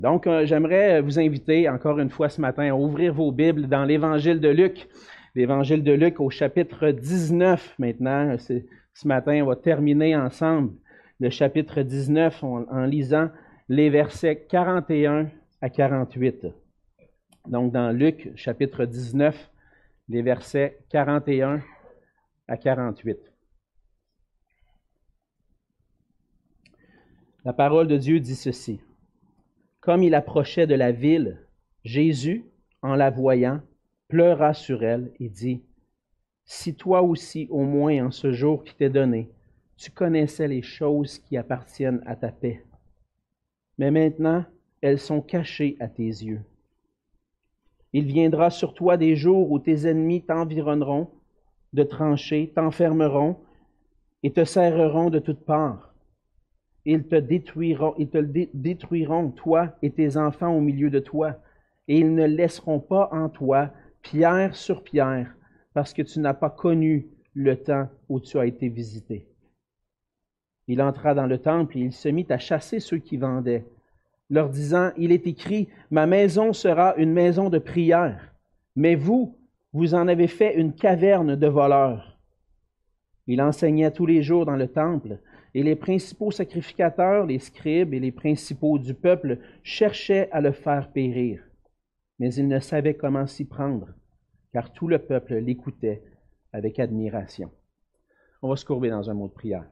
Donc, j'aimerais vous inviter encore une fois ce matin à ouvrir vos Bibles dans l'Évangile de Luc. L'Évangile de Luc au chapitre 19 maintenant. Ce matin, on va terminer ensemble le chapitre 19 en lisant les versets 41 à 48. Donc, dans Luc, chapitre 19, les versets 41 à 48. La parole de Dieu dit ceci. Comme il approchait de la ville, Jésus, en la voyant, pleura sur elle et dit, « Si toi aussi, au moins en ce jour qui t'est donné, tu connaissais les choses qui appartiennent à ta paix. Mais maintenant, elles sont cachées à tes yeux. Il viendra sur toi des jours où tes ennemis t'environneront de tranchées, t'enfermeront et te serreront de toutes parts. Ils te détruiront, toi et tes enfants au milieu de toi, et ils ne laisseront pas en toi pierre sur pierre, parce que tu n'as pas connu le temps où tu as été visité. » Il entra dans le temple et il se mit à chasser ceux qui vendaient, leur disant, « Il est écrit, ma maison sera une maison de prière, mais vous en avez fait une caverne de voleurs. » Il enseignait tous les jours dans le temple, et les principaux sacrificateurs, les scribes et les principaux du peuple cherchaient à le faire périr. Mais ils ne savaient comment s'y prendre, car tout le peuple l'écoutait avec admiration. On va se courber dans un mot de prière.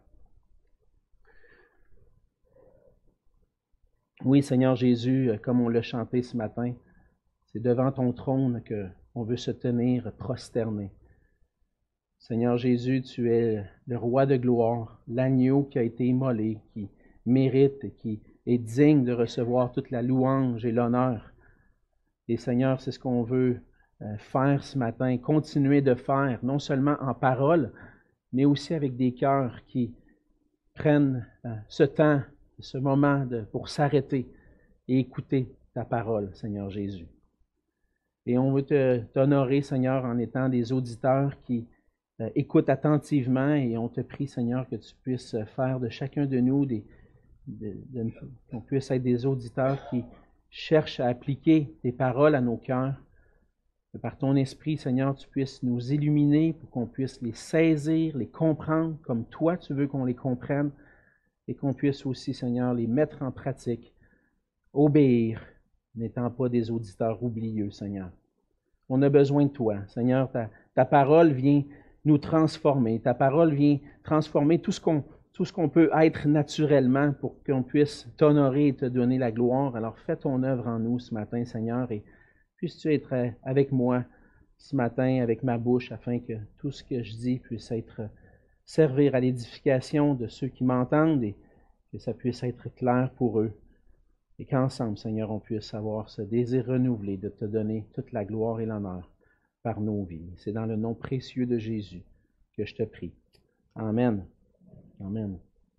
Oui, Seigneur Jésus, comme on l'a chanté ce matin, c'est devant ton trône qu'on veut se tenir prosterné. Seigneur Jésus, tu es le roi de gloire, l'agneau qui a été immolé, qui mérite et qui est digne de recevoir toute la louange et l'honneur. Et Seigneur, c'est ce qu'on veut faire ce matin, continuer de faire, non seulement en parole, mais aussi avec des cœurs qui prennent ce temps, ce moment pour s'arrêter et écouter ta parole, Seigneur Jésus. Et on veut t'honorer, Seigneur, en étant des auditeurs qui écoute attentivement et on te prie, Seigneur, que tu puisses faire de chacun de nous qu'on puisse être des auditeurs qui cherchent à appliquer tes paroles à nos cœurs. Que par ton esprit, Seigneur, tu puisses nous illuminer pour qu'on puisse les saisir, les comprendre comme toi tu veux qu'on les comprenne et qu'on puisse aussi, Seigneur, les mettre en pratique, obéir, n'étant pas des auditeurs oublieux, Seigneur. On a besoin de toi. Seigneur, ta parole vient nous transformer. Ta parole vient transformer tout ce qu'on peut être naturellement pour qu'on puisse t'honorer et te donner la gloire. Alors fais ton œuvre en nous ce matin, Seigneur, et puisses-tu être avec moi ce matin, avec ma bouche, afin que tout ce que je dis puisse servir à l'édification de ceux qui m'entendent et que ça puisse être clair pour eux. Et qu'ensemble, Seigneur, on puisse avoir ce désir renouvelé de te donner toute la gloire et l'honneur par nos vies. C'est dans le nom précieux de Jésus que je te prie. Amen. Amen.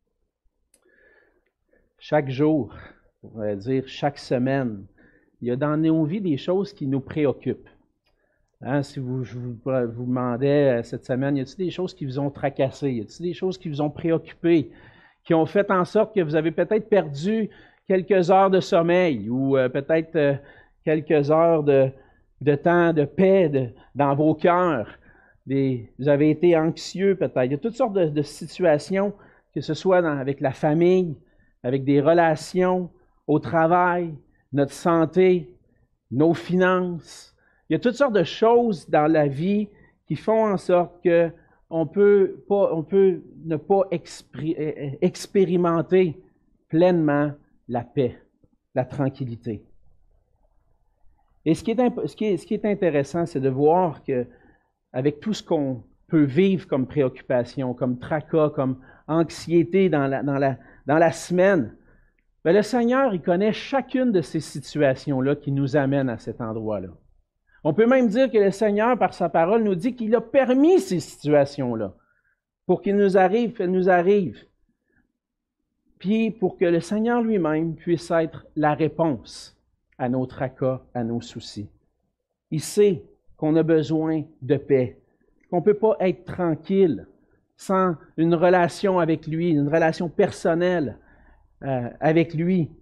Chaque jour, on va dire chaque semaine, il y a dans nos vies des choses qui nous préoccupent. Hein, si je vous demandais cette semaine, y a-t-il des choses qui vous ont tracassé? Y a-t-il des choses qui vous ont préoccupé, qui ont fait en sorte que vous avez peut-être perdu quelques heures de sommeil ou peut-être quelques heures de temps de paix dans vos cœurs. Vous avez été anxieux peut-être. Il y a toutes sortes de situations, que ce soit avec la famille, avec des relations, au travail, notre santé, nos finances. Il y a toutes sortes de choses dans la vie qui font en sorte qu'on peut ne pas expérimenter pleinement la paix, la tranquillité. Et ce qui est intéressant, c'est de voir qu'avec tout ce qu'on peut vivre comme préoccupation, comme tracas, comme anxiété dans la semaine, bien, le Seigneur, il connaît chacune de ces situations-là qui nous amènent à cet endroit-là. On peut même dire que le Seigneur, par sa parole, nous dit qu'il a permis ces situations-là pour qu'elles nous arrivent. Puis pour que le Seigneur lui-même puisse être la réponse à nos tracas, à nos soucis. Il sait qu'on a besoin de paix, qu'on ne peut pas être tranquille sans une relation avec lui, une relation personnelle avec lui.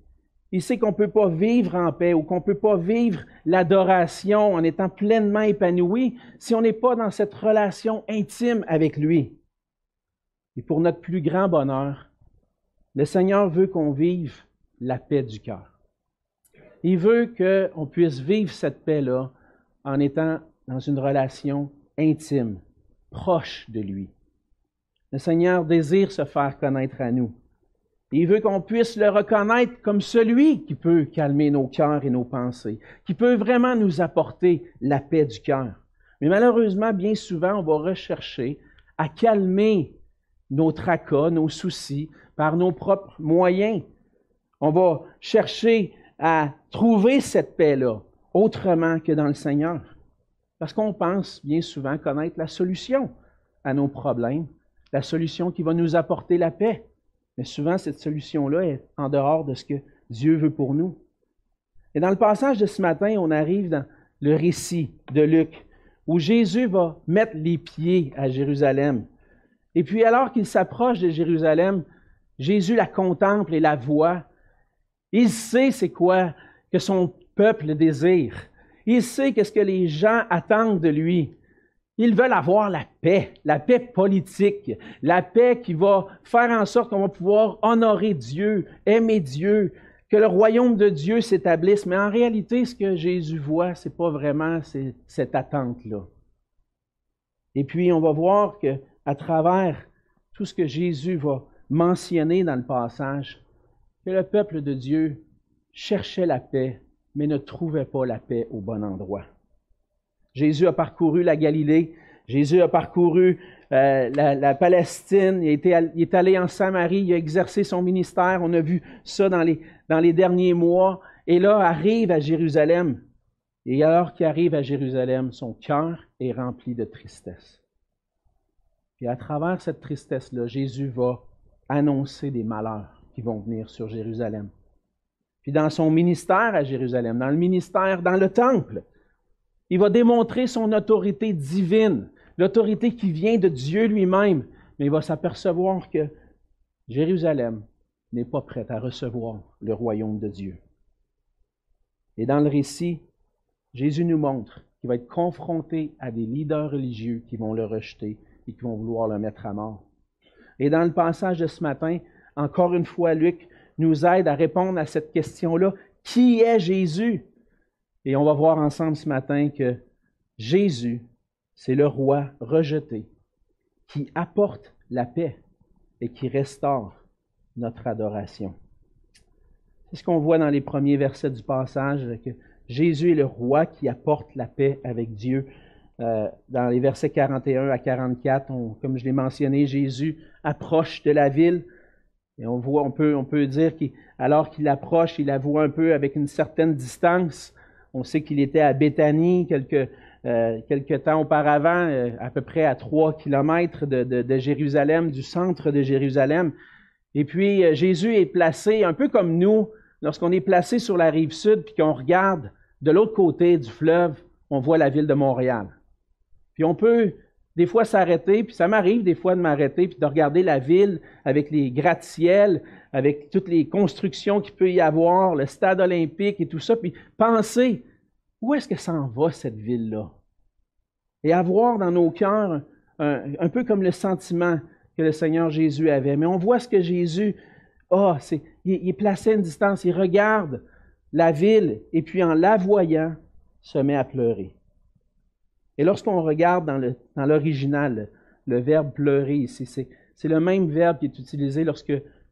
Il sait qu'on ne peut pas vivre en paix ou qu'on ne peut pas vivre l'adoration en étant pleinement épanoui si on n'est pas dans cette relation intime avec lui. Et pour notre plus grand bonheur, le Seigneur veut qu'on vive la paix du cœur. Il veut qu'on puisse vivre cette paix-là en étant dans une relation intime, proche de lui. Le Seigneur désire se faire connaître à nous. Et il veut qu'on puisse le reconnaître comme celui qui peut calmer nos cœurs et nos pensées, qui peut vraiment nous apporter la paix du cœur. Mais malheureusement, bien souvent, on va rechercher à calmer nos tracas, nos soucis, par nos propres moyens. On va chercher à trouver cette paix-là autrement que dans le Seigneur. Parce qu'on pense bien souvent connaître la solution à nos problèmes, la solution qui va nous apporter la paix. Mais souvent, cette solution-là est en dehors de ce que Dieu veut pour nous. Et dans le passage de ce matin, on arrive dans le récit de Luc, où Jésus va mettre les pieds à Jérusalem. Et puis, alors qu'il s'approche de Jérusalem, Jésus la contemple et la voit. Il sait c'est quoi que son peuple désire. Il sait qu'est-ce que les gens attendent de lui. Ils veulent avoir la paix politique, la paix qui va faire en sorte qu'on va pouvoir honorer Dieu, aimer Dieu, que le royaume de Dieu s'établisse. Mais en réalité, ce que Jésus voit, c'est pas vraiment cette attente-là. Et puis, on va voir qu'à travers tout ce que Jésus va mentionner dans le passage, que le peuple de Dieu cherchait la paix, mais ne trouvait pas la paix au bon endroit. Jésus a parcouru la Galilée, Jésus a parcouru la Palestine, il est allé en Samarie, il a exercé son ministère, on a vu ça dans les derniers mois, et là arrive à Jérusalem. Et alors qu'il arrive à Jérusalem, son cœur est rempli de tristesse. Et à travers cette tristesse-là, Jésus va annoncer des malheurs qui vont venir sur Jérusalem. Puis dans son ministère à Jérusalem, dans le ministère, dans le temple, il va démontrer son autorité divine, l'autorité qui vient de Dieu lui-même, mais il va s'apercevoir que Jérusalem n'est pas prête à recevoir le royaume de Dieu. Et dans le récit, Jésus nous montre qu'il va être confronté à des leaders religieux qui vont le rejeter et qui vont vouloir le mettre à mort. Et dans le passage de ce matin, encore une fois, Luc nous aide à répondre à cette question-là. Qui est Jésus? Et on va voir ensemble ce matin que Jésus, c'est le roi rejeté qui apporte la paix et qui restaure notre adoration. C'est ce qu'on voit dans les premiers versets du passage, que Jésus est le roi qui apporte la paix avec Dieu. Dans les versets 41 à 44, comme je l'ai mentionné, Jésus approche de la ville. Et on peut dire qu'alors qu'il approche, il la voit un peu avec une certaine distance. On sait qu'il était à Béthanie quelques temps auparavant, à peu près à 3 kilomètres de Jérusalem, du centre de Jérusalem. Et puis, Jésus est placé, un peu comme nous, lorsqu'on est placé sur la rive sud, puis qu'on regarde de l'autre côté du fleuve, on voit la ville de Montréal. Puis on peut des fois s'arrêter, puis ça m'arrive des fois de m'arrêter, puis de regarder la ville avec les gratte-ciels, avec toutes les constructions qu'il peut y avoir, le stade olympique et tout ça, puis penser, où est-ce que ça en va, cette ville-là? Et avoir dans nos cœurs un peu comme le sentiment que le Seigneur Jésus avait. Mais on voit ce que Jésus a, il est placé à une distance, il regarde la ville, et puis en la voyant, se met à pleurer. Et lorsqu'on regarde dans l'original, le verbe pleurer ici, c'est le même verbe qui est utilisé lorsque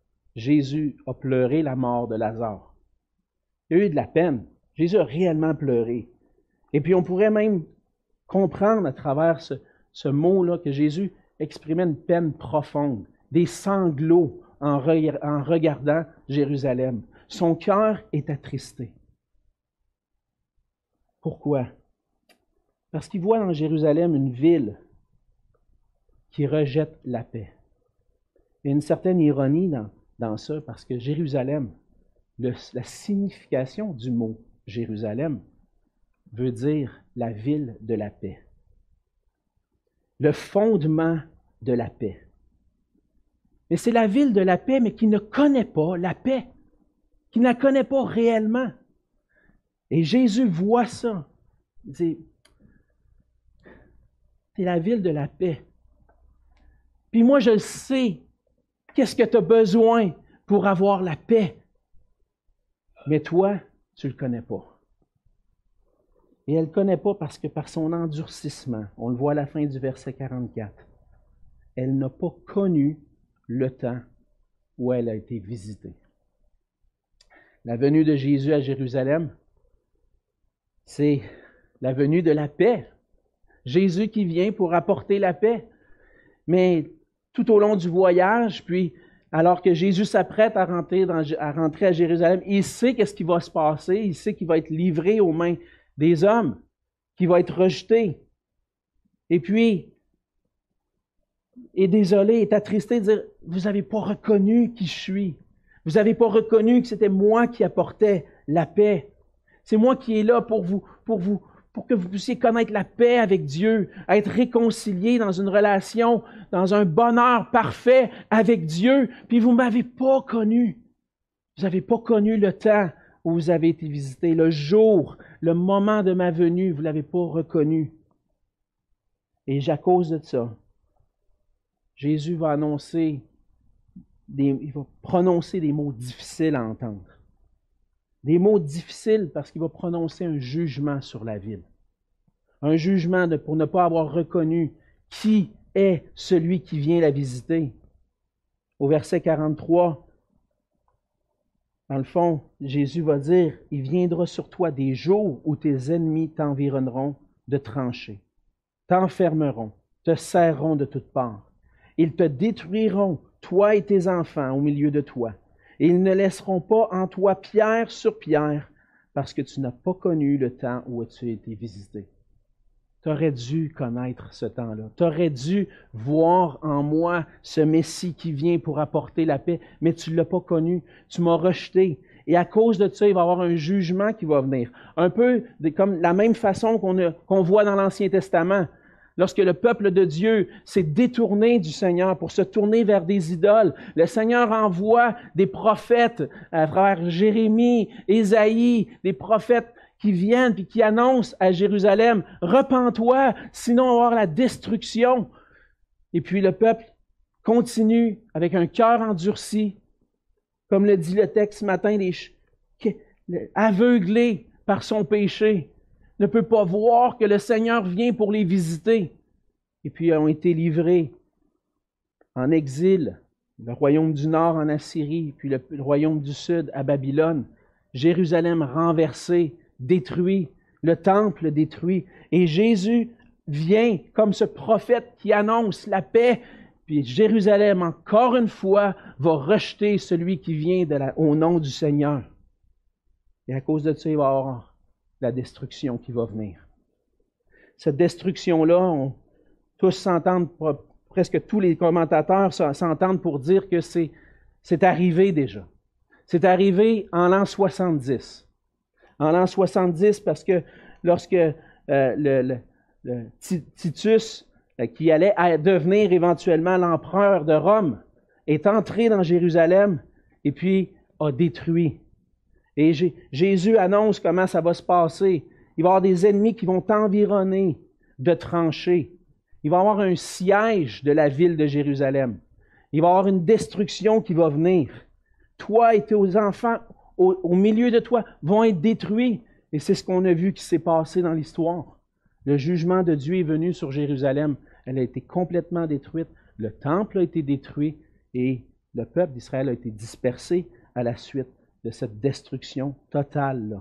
Jésus a pleuré la mort de Lazare. Il y a eu de la peine. Jésus a réellement pleuré. Et puis on pourrait même comprendre à travers ce mot-là que Jésus exprimait une peine profonde, des sanglots en regardant Jérusalem. Son cœur est attristé. Pourquoi? Parce qu'il voit dans Jérusalem une ville qui rejette la paix. Il y a une certaine ironie dans ça, parce que Jérusalem, la signification du mot Jérusalem veut dire la ville de la paix. Le fondement de la paix. Mais c'est la ville de la paix, mais qui ne connaît pas la paix, qui ne la connaît pas réellement. Et Jésus voit ça. Il dit, c'est la ville de la paix. Puis moi, je sais, qu'est-ce que tu as besoin pour avoir la paix. Mais toi, tu ne le connais pas. Et elle ne le connaît pas parce que par son endurcissement, on le voit à la fin du verset 44, elle n'a pas connu le temps où elle a été visitée. La venue de Jésus à Jérusalem, c'est la venue de la paix. Jésus qui vient pour apporter la paix. Mais tout au long du voyage, puis alors que Jésus s'apprête à rentrer à Jérusalem, il sait qu'est-ce qui va se passer, il sait qu'il va être livré aux mains des hommes, qu'il va être rejeté. Et puis, est désolé, est attristé de dire, vous n'avez pas reconnu qui je suis. Vous n'avez pas reconnu que c'était moi qui apportais la paix. C'est moi qui est là pour que vous puissiez connaître la paix avec Dieu, être réconcilié dans une relation, dans un bonheur parfait avec Dieu, puis vous ne m'avez pas connu. Vous n'avez pas connu le temps où vous avez été visité, le jour, le moment de ma venue, vous ne l'avez pas reconnu. Et à cause de ça, Jésus va il va prononcer des mots difficiles à entendre. Des mots difficiles parce qu'il va prononcer un jugement sur la ville. Un jugement pour ne pas avoir reconnu qui est celui qui vient la visiter. Au verset 43, dans le fond, Jésus va dire, « Il viendra sur toi des jours où tes ennemis t'environneront de tranchées, t'enfermeront, te serreront de toutes parts. Ils te détruiront, toi et tes enfants, au milieu de toi. Et ils ne laisseront pas en toi pierre sur pierre, parce que tu n'as pas connu le temps où tu as été visité. » Tu aurais dû connaître ce temps-là. Tu aurais dû voir en moi ce Messie qui vient pour apporter la paix, mais tu ne l'as pas connu. Tu m'as rejeté. Et à cause de ça, il va y avoir un jugement qui va venir. Un peu comme la même façon qu'on voit dans l'Ancien Testament. Lorsque le peuple de Dieu s'est détourné du Seigneur pour se tourner vers des idoles, le Seigneur envoie des prophètes à travers Jérémie, Ésaïe, des prophètes qui viennent et qui annoncent à Jérusalem, « Repens-toi, sinon on va avoir la destruction. » Et puis le peuple continue avec un cœur endurci, comme le dit le texte ce matin, aveuglé par son péché, ne peut pas voir que le Seigneur vient pour les visiter. Et puis ont été livrés en exil, le royaume du Nord en Assyrie, puis le royaume du Sud à Babylone, Jérusalem renversée, détruit, le temple détruit. Et Jésus vient comme ce prophète qui annonce la paix. Puis Jérusalem, encore une fois, va rejeter celui qui vient au nom du Seigneur. Et à cause de ça, il va y avoir la destruction qui va venir. Cette destruction-là, tous s'entendent, presque tous les commentateurs s'entendent pour dire que c'est arrivé déjà. C'est arrivé en l'an 70. En l'an 70, parce que lorsque Titus, qui allait devenir éventuellement l'empereur de Rome, est entré dans Jérusalem et puis a détruit. Et Jésus annonce comment ça va se passer. Il va y avoir des ennemis qui vont t'environner de tranchées. Il va y avoir un siège de la ville de Jérusalem. Il va y avoir une destruction qui va venir. Toi et tes enfants au milieu de toi vont être détruits. Et c'est ce qu'on a vu qui s'est passé dans l'histoire. Le jugement de Dieu est venu sur Jérusalem. Elle a été complètement détruite. Le temple a été détruit et le peuple d'Israël a été dispersé à la suite de cette destruction totale-là.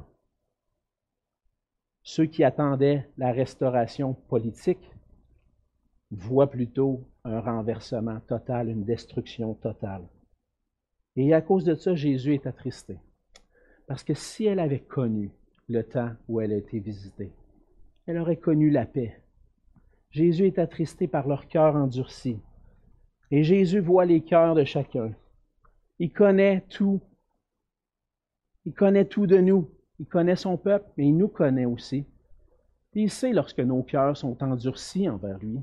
Ceux qui attendaient la restauration politique voient plutôt un renversement total, une destruction totale. Et à cause de ça, Jésus est attristé. Parce que si elle avait connu le temps où elle a été visitée, elle aurait connu la paix. Jésus est attristé par leur cœur endurci. Et Jésus voit les cœurs de chacun. Il connaît tout. Il connaît tout de nous. Il connaît son peuple, mais il nous connaît aussi. Et il sait lorsque nos cœurs sont endurcis envers lui.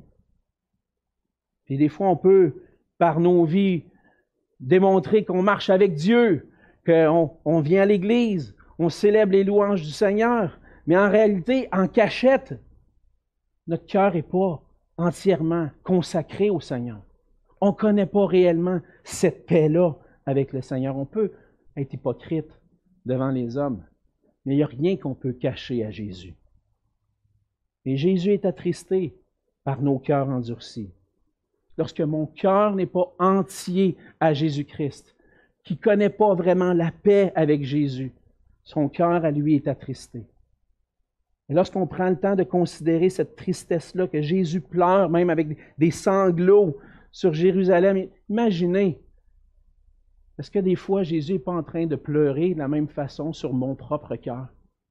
Puis des fois, on peut, par nos vies, démontrer qu'on marche avec Dieu, qu'on vient à l'Église, on célèbre les louanges du Seigneur, mais en réalité, en cachette, notre cœur n'est pas entièrement consacré au Seigneur. On ne connaît pas réellement cette paix-là avec le Seigneur. On peut être hypocrite devant les hommes, mais il n'y a rien qu'on peut cacher à Jésus. Et Jésus est attristé par nos cœurs endurcis. Lorsque mon cœur n'est pas entier à Jésus-Christ, qui ne connaît pas vraiment la paix avec Jésus, son cœur à lui est attristé. Et lorsqu'on prend le temps de considérer cette tristesse-là, que Jésus pleure même avec des sanglots sur Jérusalem, imaginez, est-ce que des fois Jésus n'est pas en train de pleurer de la même façon sur mon propre cœur?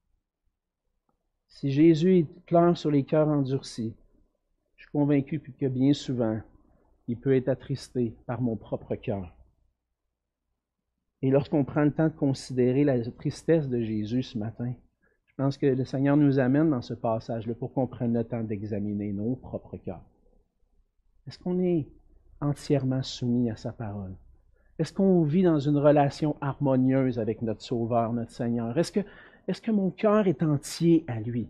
Si Jésus pleure sur les cœurs endurcis, je suis convaincu que bien souvent, il peut être attristé par mon propre cœur. Et lorsqu'on prend le temps de considérer la tristesse de Jésus ce matin, je pense que le Seigneur nous amène dans ce passage-là pour qu'on prenne le temps d'examiner nos propres cœurs. Est-ce qu'on est entièrement soumis à sa parole? Est-ce qu'on vit dans une relation harmonieuse avec notre Sauveur, notre Seigneur? Est-ce que mon cœur est entier à lui?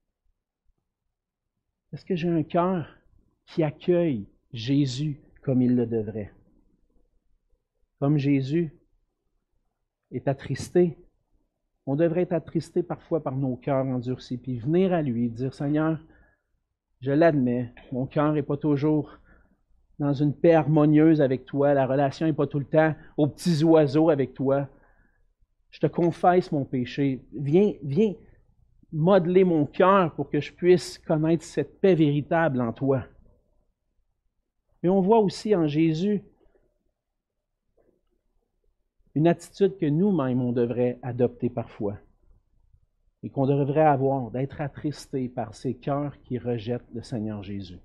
Est-ce que j'ai un cœur qui accueille Jésus comme il le devrait? Comme Jésus est attristé, on devrait être attristé parfois par nos cœurs endurcis, puis venir à lui, dire, Seigneur, je l'admets, mon cœur n'est pas toujours dans une paix harmonieuse avec toi, la relation n'est pas tout le temps aux petits oiseaux avec toi. Je te confesse mon péché. Viens modeler mon cœur pour que je puisse connaître cette paix véritable en toi. Mais on voit aussi en Jésus une attitude que nous-mêmes, on devrait adopter parfois et qu'on devrait avoir, d'être attristé par ces cœurs qui rejettent le Seigneur Jésus.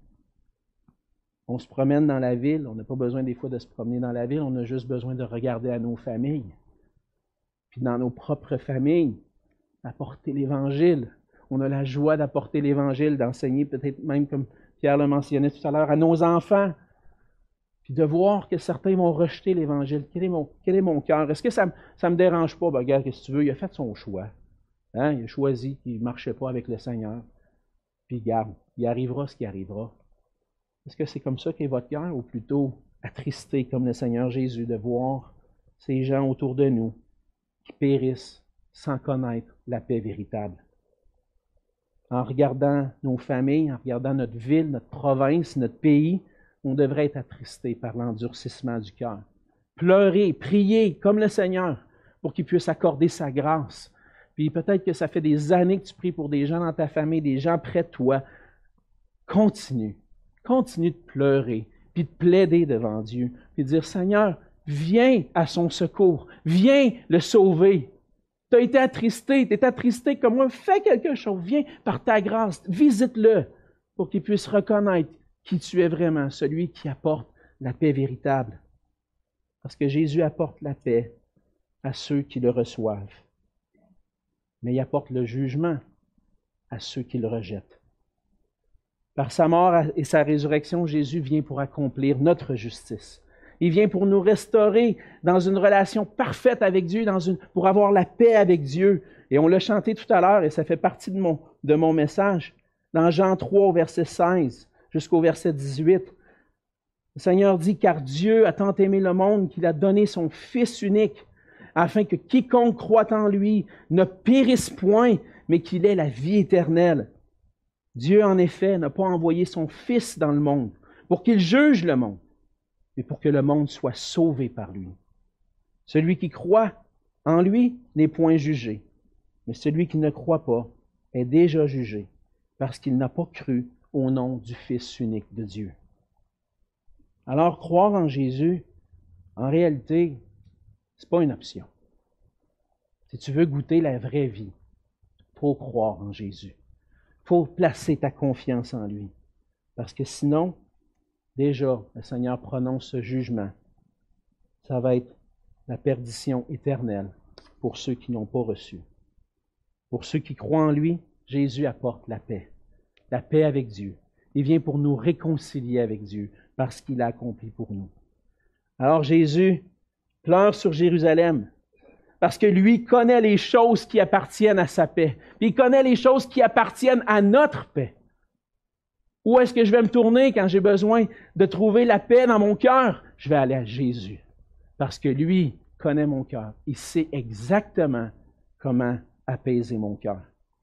On se promène dans la ville, on n'a pas besoin des fois de se promener dans la ville, on a juste besoin de regarder à nos familles. Puis dans nos propres familles, apporter l'Évangile. On a la joie d'apporter l'Évangile, d'enseigner peut-être même, comme Pierre le mentionnait tout à l'heure, à nos enfants. Puis de voir que certains vont rejeter l'Évangile. Quel est mon cœur? Est-ce que ça ne me dérange pas? Ben, regarde, qu'est-ce que tu veux? Il a fait son choix. Hein? Il a choisi qu'il ne marchait pas avec le Seigneur. Puis regarde, il arrivera ce qui arrivera. Est-ce que c'est comme ça qu'est votre cœur? Ou plutôt attristé comme le Seigneur Jésus de voir ces gens autour de nous qui périssent sans connaître la paix véritable? En regardant nos familles, en regardant notre ville, notre province, notre pays, on devrait être attristé par l'endurcissement du cœur. Pleurer, prier comme le Seigneur pour qu'il puisse accorder sa grâce. Puis peut-être que ça fait des années que tu pries pour des gens dans ta famille, des gens près de toi. Continue de pleurer, puis de plaider devant Dieu, puis de dire, Seigneur, viens à son secours, viens le sauver. Tu as été attristé, tu es attristé comme moi, fais quelque chose, viens par ta grâce, visite-le pour qu'il puisse reconnaître qui tu es vraiment, celui qui apporte la paix véritable. Parce que Jésus apporte la paix à ceux qui le reçoivent, mais il apporte le jugement à ceux qui le rejettent. Par sa mort et sa résurrection, Jésus vient pour accomplir notre justice. Il vient pour nous restaurer dans une relation parfaite avec Dieu, pour avoir la paix avec Dieu. Et on l'a chanté tout à l'heure, et ça fait partie de mon message. Dans Jean 3, verset 16 jusqu'au verset 18, le Seigneur dit, « Car Dieu a tant aimé le monde qu'il a donné son Fils unique, afin que quiconque croit en lui ne périsse point, mais qu'il ait la vie éternelle. Dieu, en effet, n'a pas envoyé son Fils dans le monde pour qu'il juge le monde, mais pour que le monde soit sauvé par lui. Celui qui croit en lui n'est point jugé, mais celui qui ne croit pas est déjà jugé, parce qu'il n'a pas cru au nom du Fils unique de Dieu. » Alors, croire en Jésus, en réalité, ce n'est pas une option. Si tu veux goûter la vraie vie, il faut croire en Jésus. Il faut placer ta confiance en lui. Parce que sinon, déjà, le Seigneur prononce ce jugement. Ça va être la perdition éternelle pour ceux qui n'ont pas reçu. Pour ceux qui croient en lui, Jésus apporte la paix avec Dieu. Il vient pour nous réconcilier avec Dieu parce qu'il a accompli pour nous. Alors Jésus pleure sur Jérusalem Parce que lui connaît les choses qui appartiennent à sa paix. Puis il connaît les choses qui appartiennent à notre paix. Où est-ce que je vais me tourner quand j'ai besoin de trouver la paix dans mon cœur? Je vais aller à Jésus. Parce que lui connaît mon cœur. Il sait exactement comment apaiser mon cœur.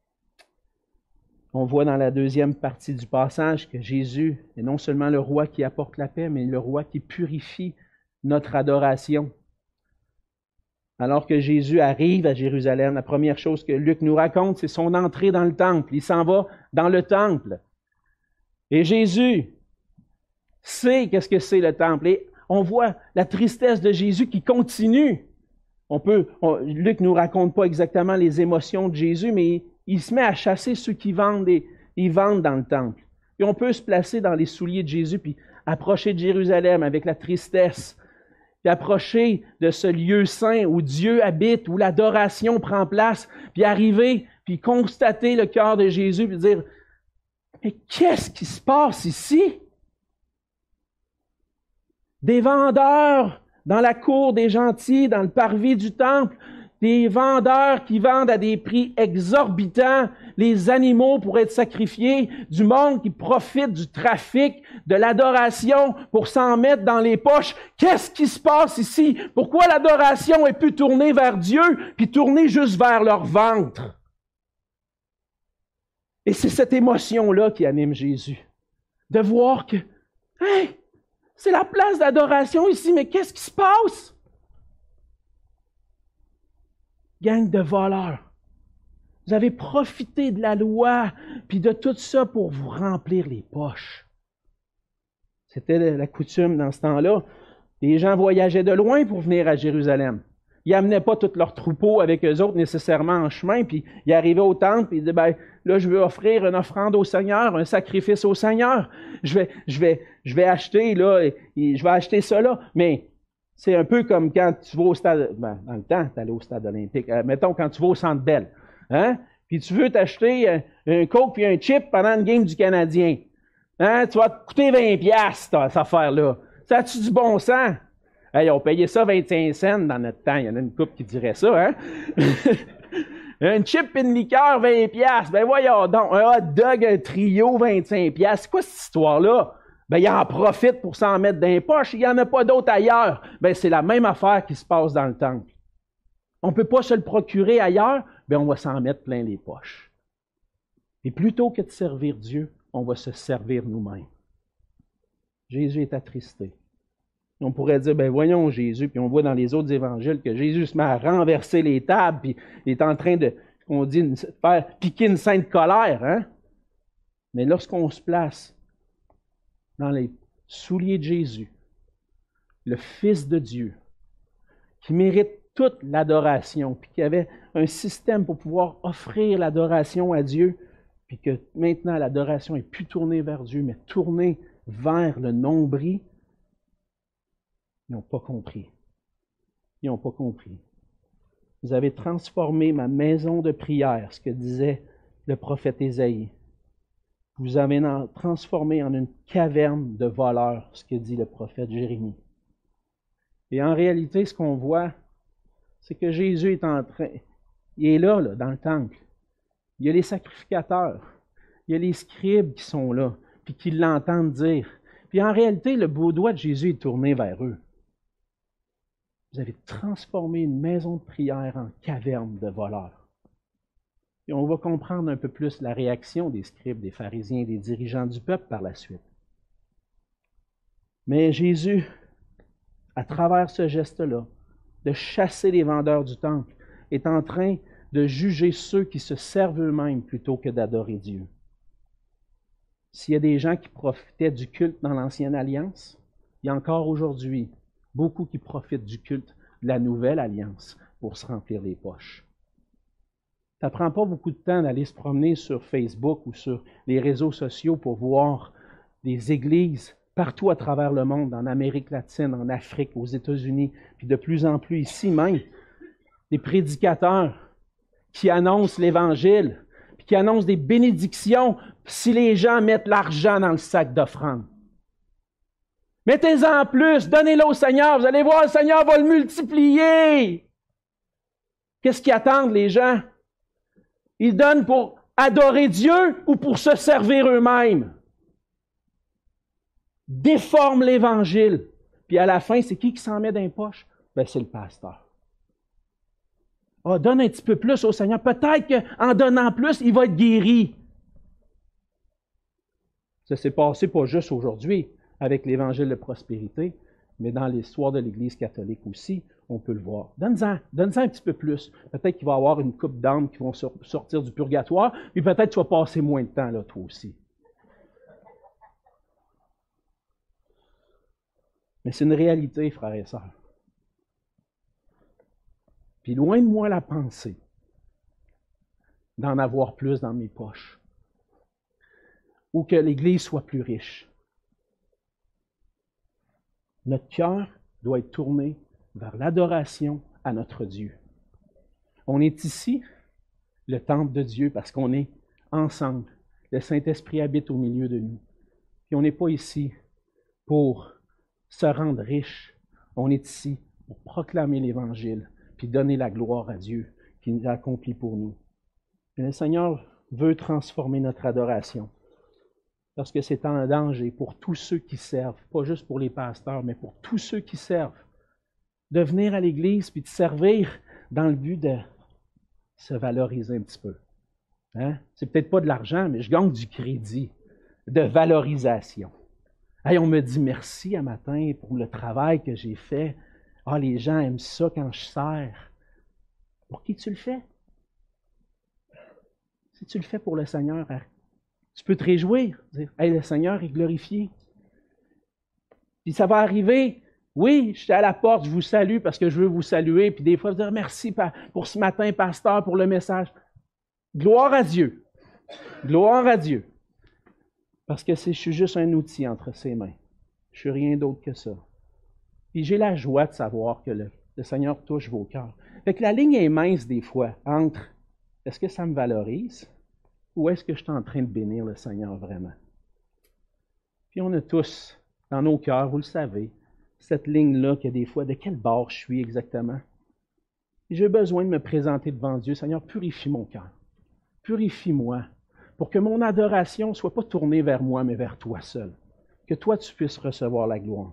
On voit dans la deuxième partie du passage que Jésus est non seulement le roi qui apporte la paix, mais le roi qui purifie notre adoration. Alors que Jésus arrive à Jérusalem, la première chose que Luc nous raconte, c'est son entrée dans le temple. Il s'en va dans le temple. Et Jésus sait qu'est-ce que c'est le temple. Et on voit la tristesse de Jésus qui continue. Luc ne nous raconte pas exactement les émotions de Jésus, mais il se met à chasser ceux qui vendent dans le temple. Et on peut se placer dans les souliers de Jésus, puis approcher de Jérusalem avec la tristesse, puis approcher de ce lieu saint où Dieu habite, où l'adoration prend place, puis arriver, puis constater le cœur de Jésus, puis dire « Mais qu'est-ce qui se passe ici? » Des vendeurs dans la cour des gentils, dans le parvis du temple, des vendeurs qui vendent à des prix exorbitants les animaux pour être sacrifiés, du monde qui profite du trafic, de l'adoration pour s'en mettre dans les poches. Qu'est-ce qui se passe ici? Pourquoi l'adoration est plus tournée vers Dieu, puis tournée juste vers leur ventre? Et c'est cette émotion-là qui anime Jésus. De voir que, hey, c'est la place d'adoration ici, mais qu'est-ce qui se passe? Gang de voleurs. Vous avez profité de la loi puis de tout ça pour vous remplir les poches. C'était la coutume dans ce temps-là. Les gens voyageaient de loin pour venir à Jérusalem. Ils n'amenaient pas tous leurs troupeaux avec eux autres nécessairement en chemin, puis ils arrivaient au temple et ils disaient, là, je veux offrir une offrande au Seigneur, un sacrifice au Seigneur. Je vais acheter, là, je vais acheter ça là, mais c'est un peu comme quand tu vas au stade, dans le temps, tu allais au stade olympique, mettons quand tu vas au Centre Bell, hein? Puis tu veux t'acheter un Coke puis un chip pendant une game du Canadien. Hein? Tu vas te coûter 20$, cette affaire-là. Ça a-tu du bon sens? Hey, on payait ça 25 cents dans notre temps. Il y en a une couple qui dirait ça, hein? Un chip et une liqueur, 20$. Ben voyons donc, un hot dog, un trio, 25$. C'est quoi cette histoire-là? Ben, il en profite pour s'en mettre dans les poches. Il n'y en a pas d'autres ailleurs. Ben, c'est la même affaire qui se passe dans le temple. On ne peut pas se le procurer ailleurs, ben, on va s'en mettre plein les poches. Et plutôt que de servir Dieu, on va se servir nous-mêmes. Jésus est attristé. On pourrait dire, ben voyons Jésus, puis on voit dans les autres évangiles que Jésus se met à renverser les tables, puis il est en train de, on dit, faire piquer une sainte colère. Hein? Mais lorsqu'on se place dans les souliers de Jésus, le Fils de Dieu, qui mérite toute l'adoration, puis qui avait un système pour pouvoir offrir l'adoration à Dieu, puis que maintenant l'adoration n'est plus tournée vers Dieu, mais tournée vers le nombril, ils n'ont pas compris. Ils n'ont pas compris. Vous avez transformé ma maison de prière, ce que disait le prophète Ésaïe. Vous avez transformé en une caverne de voleurs, ce que dit le prophète Jérémie. Et en réalité, ce qu'on voit, c'est que Jésus est en train, il est là, dans le temple. Il y a les sacrificateurs, il y a les scribes qui sont là, puis qui l'entendent dire. Puis en réalité, le beau doigt de Jésus est tourné vers eux. Vous avez transformé une maison de prière en caverne de voleurs. Et on va comprendre un peu plus la réaction des scribes, des pharisiens, des dirigeants du peuple par la suite. Mais Jésus, à travers ce geste-là, de chasser les vendeurs du temple, est en train de juger ceux qui se servent eux-mêmes plutôt que d'adorer Dieu. S'il y a des gens qui profitaient du culte dans l'Ancienne Alliance, il y a encore aujourd'hui beaucoup qui profitent du culte de la Nouvelle Alliance pour se remplir les poches. Ça ne prend pas beaucoup de temps d'aller se promener sur Facebook ou sur les réseaux sociaux pour voir des églises partout à travers le monde, en Amérique latine, en Afrique, aux États-Unis, puis de plus en plus ici même, des prédicateurs qui annoncent l'Évangile, puis qui annoncent des bénédictions si les gens mettent l'argent dans le sac d'offrande. Mettez-en plus, donnez-le au Seigneur, vous allez voir, le Seigneur va le multiplier. Qu'est-ce qu'ils attendent, les gens? Ils donnent pour adorer Dieu ou pour se servir eux-mêmes? Déforme l'Évangile. Puis à la fin, c'est qui s'en met dans les poches? Ben, c'est le pasteur. Ah, donne un petit peu plus au Seigneur. Peut-être qu'en donnant plus, il va être guéri. Ça s'est passé pas juste aujourd'hui avec l'Évangile de prospérité, mais dans l'histoire de l'Église catholique aussi, on peut le voir. Donne-en un petit peu plus. Peut-être qu'il va y avoir une couple d'âmes qui vont sortir du purgatoire, puis peut-être que tu vas passer moins de temps là, toi aussi. Mais c'est une réalité, frères et sœurs. Puis loin de moi la pensée d'en avoir plus dans mes poches, ou que l'Église soit plus riche. Notre cœur doit être tourné vers l'adoration à notre Dieu. On est ici, le temple de Dieu, parce qu'on est ensemble. Le Saint-Esprit habite au milieu de nous. Puis on n'est pas ici pour se rendre riche. On est ici pour proclamer l'Évangile, puis donner la gloire à Dieu qui nous a accompli pour nous. Et le Seigneur veut transformer notre adoration. Parce que c'est en danger pour tous ceux qui servent, pas juste pour les pasteurs, mais pour tous ceux qui servent, de venir à l'Église puis de servir dans le but de se valoriser un petit peu. Hein? C'est peut-être pas de l'argent, mais je gagne du crédit, de valorisation. Hey, on me dit merci un matin pour le travail que j'ai fait. Ah, les gens aiment ça quand je sers. Pour qui tu le fais? Si tu le fais pour le Seigneur, tu peux te réjouir, dire « Hey, le Seigneur est glorifié. » Puis ça va arriver. Oui, je suis à la porte, je vous salue parce que je veux vous saluer. Puis des fois, je vais dire « Merci pour ce matin, pasteur, pour le message. » Gloire à Dieu. Gloire à Dieu. Parce que je suis juste un outil entre ses mains. Je suis rien d'autre que ça. Puis j'ai la joie de savoir que le Seigneur touche vos cœurs. Fait que la ligne est mince des fois entre « Est-ce que ça me valorise? » Ou est-ce que je suis en train de bénir le Seigneur vraiment? Puis on a tous, dans nos cœurs, vous le savez, cette ligne-là qui a des fois, de quel bord je suis exactement? Et j'ai besoin de me présenter devant Dieu. Seigneur, purifie mon cœur. Purifie-moi pour que mon adoration ne soit pas tournée vers moi, mais vers toi seul. Que toi, tu puisses recevoir la gloire.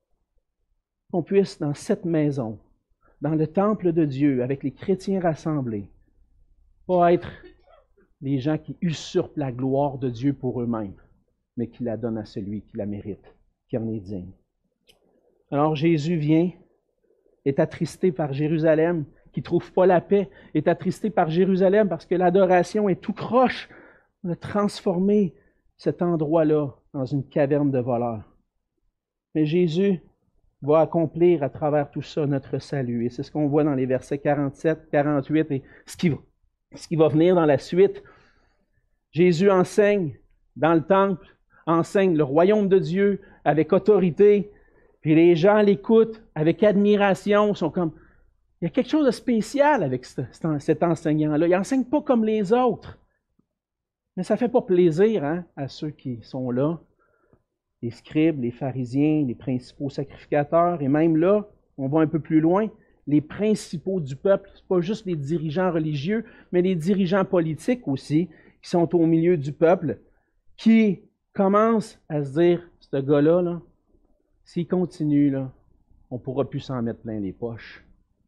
Qu'on puisse, dans cette maison, dans le temple de Dieu, avec les chrétiens rassemblés, pas être les gens qui usurpent la gloire de Dieu pour eux-mêmes, mais qui la donnent à celui qui la mérite, qui en est digne. Alors Jésus vient, est attristé par Jérusalem, qui ne trouve pas la paix, est attristé par Jérusalem parce que l'adoration est tout croche. On a transformé cet endroit-là dans une caverne de voleurs. Mais Jésus va accomplir à travers tout ça notre salut. Et c'est ce qu'on voit dans les versets 47, 48 et ce qui va venir dans la suite. Jésus enseigne dans le temple, enseigne le royaume de Dieu avec autorité, puis les gens l'écoutent avec admiration, sont comme, il y a quelque chose de spécial avec cet enseignant-là. Il n'enseigne pas comme les autres. Mais ça ne fait pas plaisir à ceux qui sont là, les scribes, les pharisiens, les principaux sacrificateurs, et même là, on va un peu plus loin, les principaux du peuple, ce n'est pas juste les dirigeants religieux, mais les dirigeants politiques aussi, qui sont au milieu du peuple, qui commencent à se dire, ce gars-là, là, s'il continue, là, on ne pourra plus s'en mettre plein les poches.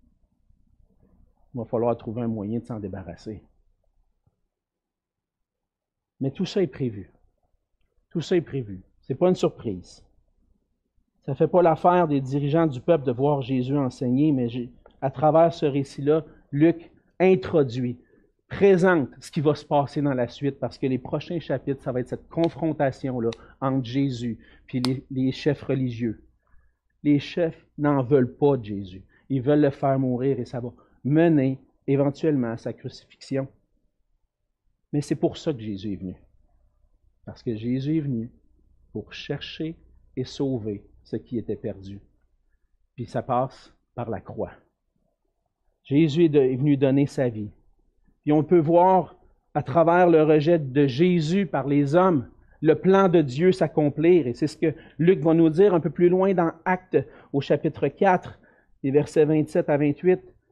Il va falloir trouver un moyen de s'en débarrasser. Mais tout ça est prévu. Tout ça est prévu. Ce n'est pas une surprise. Ça ne fait pas l'affaire des dirigeants du peuple de voir Jésus enseigner, mais à travers ce récit-là, Luc introduit, présente ce qui va se passer dans la suite, parce que les prochains chapitres, ça va être cette confrontation-là entre Jésus et les chefs religieux. Les chefs n'en veulent pas de Jésus. Ils veulent le faire mourir et ça va mener éventuellement à sa crucifixion. Mais c'est pour ça que Jésus est venu. Parce que Jésus est venu pour chercher et sauver ce qui était perdu. Puis ça passe par la croix. Jésus est venu donner sa vie. Puis on peut voir à travers le rejet de Jésus par les hommes, le plan de Dieu s'accomplir. Et c'est ce que Luc va nous dire un peu plus loin dans Actes, au chapitre 4, les versets 27 à 28.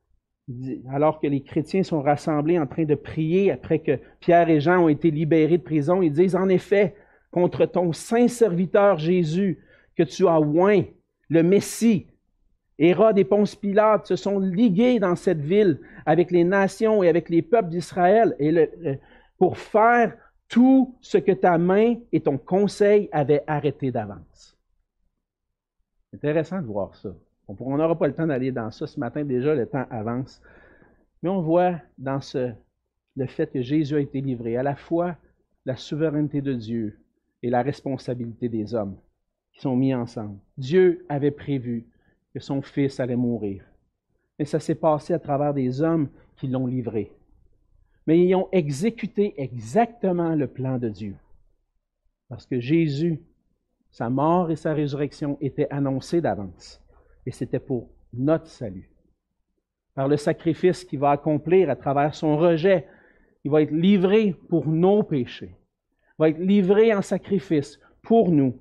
Alors que les chrétiens sont rassemblés en train de prier après que Pierre et Jean ont été libérés de prison, ils disent, en effet, contre ton saint serviteur Jésus, que tu as oint, le Messie, Hérode et Ponce Pilate se sont ligués dans cette ville avec les nations et avec les peuples d'Israël pour faire tout ce que ta main et ton conseil avaient arrêté d'avance. C'est intéressant de voir ça. On n'aura pas le temps d'aller dans ça ce matin, déjà le temps avance. Mais on voit dans le fait que Jésus a été livré à la fois la souveraineté de Dieu et la responsabilité des hommes qui sont mis ensemble. Dieu avait prévu que son Fils allait mourir. Mais ça s'est passé à travers des hommes qui l'ont livré. Mais ils ont exécuté exactement le plan de Dieu. Parce que Jésus, sa mort et sa résurrection étaient annoncés d'avance. Et c'était pour notre salut. Par le sacrifice qu'il va accomplir à travers son rejet, il va être livré pour nos péchés. Il va être livré en sacrifice pour nous.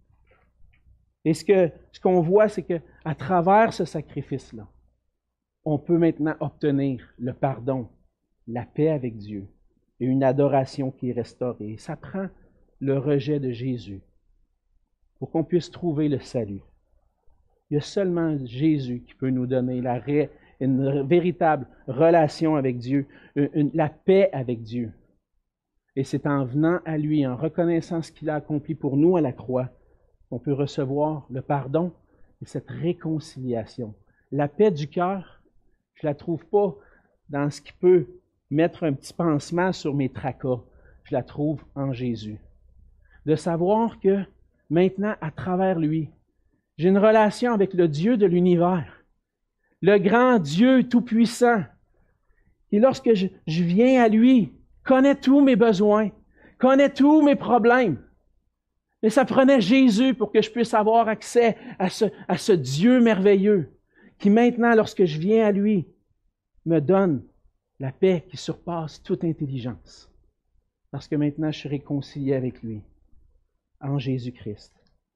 Et ce qu'on voit, c'est qu'à travers ce sacrifice-là, on peut maintenant obtenir le pardon, la paix avec Dieu et une adoration qui est restaurée. Et ça prend le rejet de Jésus pour qu'on puisse trouver le salut. Il y a seulement Jésus qui peut nous donner une véritable relation avec Dieu, la paix avec Dieu. Et c'est en venant à lui, en reconnaissant ce qu'il a accompli pour nous à la croix, qu'on peut recevoir le pardon et cette réconciliation. La paix du cœur, je ne la trouve pas dans ce qui peut mettre un petit pansement sur mes tracas. Je la trouve en Jésus. De savoir que maintenant, à travers lui, j'ai une relation avec le Dieu de l'univers, le grand Dieu tout-puissant. Et lorsque je viens à lui, connaît tous mes besoins, connaît tous mes problèmes. Mais ça prenait Jésus pour que je puisse avoir accès à ce Dieu merveilleux qui maintenant, lorsque je viens à lui, me donne la paix qui surpasse toute intelligence. Parce que maintenant, je suis réconcilié avec lui en Jésus-Christ.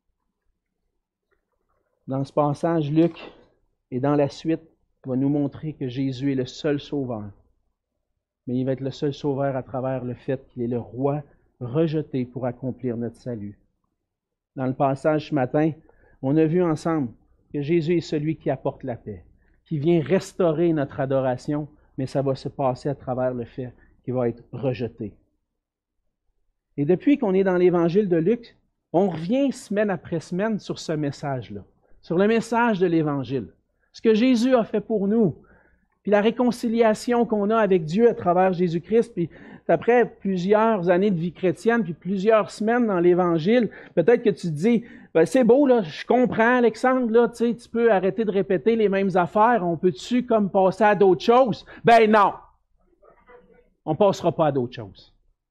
Dans ce passage, Luc, et dans la suite, va nous montrer que Jésus est le seul sauveur. Mais il va être le seul sauveur à travers le fait qu'il est le roi rejeté pour accomplir notre salut. Dans le passage ce matin, on a vu ensemble que Jésus est celui qui apporte la paix, qui vient restaurer notre adoration, mais ça va se passer à travers le fait qu'il va être rejeté. Et depuis qu'on est dans l'Évangile de Luc, on revient semaine après semaine sur ce message-là, sur le message de l'Évangile, ce que Jésus a fait pour nous, puis la réconciliation qu'on a avec Dieu à travers Jésus-Christ, puis après plusieurs années de vie chrétienne, puis plusieurs semaines dans l'Évangile, peut-être que tu te dis, ben, c'est beau, là, je comprends, Alexandre, là, tu peux arrêter de répéter les mêmes affaires, on peut-tu comme passer à d'autres choses? Ben non! On ne passera pas à d'autres choses.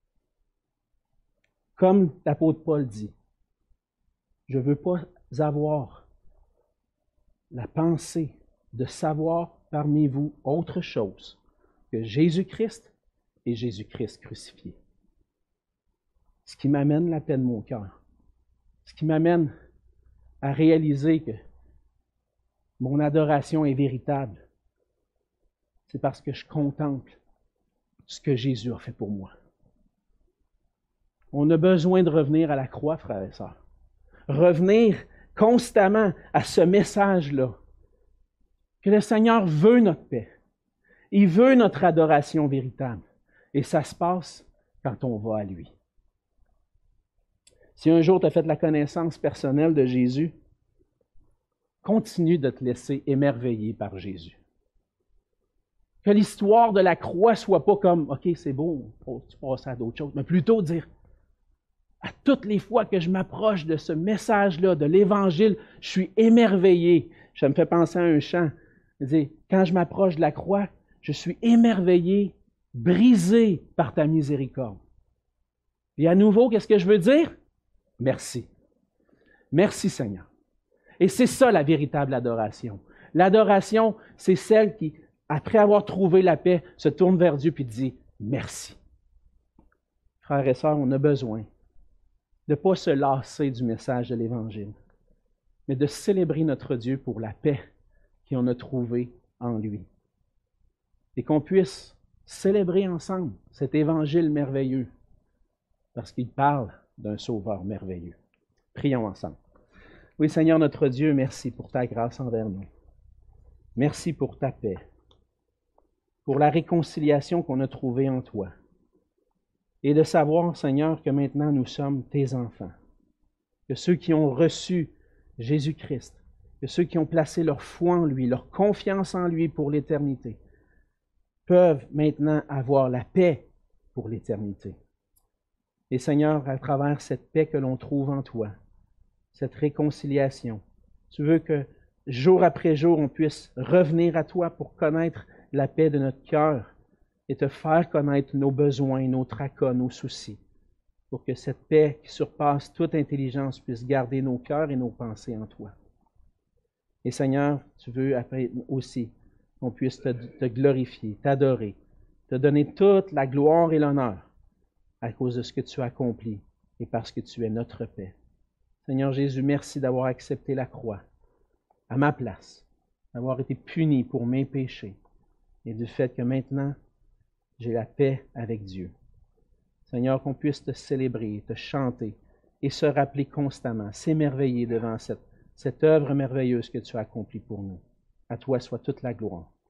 Comme l'apôtre Paul dit, je ne veux pas avoir la pensée de savoir parmi vous autre chose que Jésus-Christ et Jésus-Christ crucifié. Ce qui m'amène la paix de mon cœur. Ce qui m'amène à réaliser que mon adoration est véritable. C'est parce que je contemple ce que Jésus a fait pour moi. On a besoin de revenir à la croix, frères et sœurs. Revenir constamment à ce message-là. Que le Seigneur veut notre paix. Il veut notre adoration véritable. Et ça se passe quand on va à lui. Si un jour tu as fait la connaissance personnelle de Jésus, continue de te laisser émerveiller par Jésus. Que l'histoire de la croix soit pas comme, OK, c'est beau, tu passes à d'autres choses, mais plutôt dire, à toutes les fois que je m'approche de ce message-là, de l'Évangile, je suis émerveillé. Ça me fait penser à un chant. Dire, quand je m'approche de la croix, je suis émerveillé, brisé par ta miséricorde. Et à nouveau, qu'est-ce que je veux dire? Merci. Merci Seigneur. Et c'est ça la véritable adoration. L'adoration, c'est celle qui, après avoir trouvé la paix, se tourne vers Dieu et dit merci. Frères et sœurs, on a besoin de ne pas se lasser du message de l'Évangile, mais de célébrer notre Dieu pour la paix qu'on a trouvée en lui. et qu'on puisse célébrer ensemble cet évangile merveilleux parce qu'il parle d'un sauveur merveilleux. Prions ensemble. Oui, Seigneur notre Dieu, merci pour ta grâce envers nous. Merci pour ta paix, pour la réconciliation qu'on a trouvée en toi. Et de savoir, Seigneur, que maintenant nous sommes tes enfants. Que ceux qui ont reçu Jésus-Christ, que ceux qui ont placé leur foi en lui, leur confiance en lui pour l'éternité, peuvent maintenant avoir la paix pour l'éternité. Et Seigneur, à travers cette paix que l'on trouve en toi, cette réconciliation, tu veux que jour après jour, on puisse revenir à toi pour connaître la paix de notre cœur et te faire connaître nos besoins, nos tracas, nos soucis, pour que cette paix qui surpasse toute intelligence puisse garder nos cœurs et nos pensées en toi. Et Seigneur, tu veux après aussi qu'on puisse te glorifier, t'adorer, te donner toute la gloire et l'honneur à cause de ce que tu as accompli et parce que tu es notre paix. Seigneur Jésus, merci d'avoir accepté la croix à ma place, d'avoir été puni pour mes péchés et du fait que maintenant, j'ai la paix avec Dieu. Seigneur, qu'on puisse te célébrer, te chanter et se rappeler constamment, s'émerveiller devant cette œuvre merveilleuse que tu as accomplie pour nous. À toi soit toute la gloire.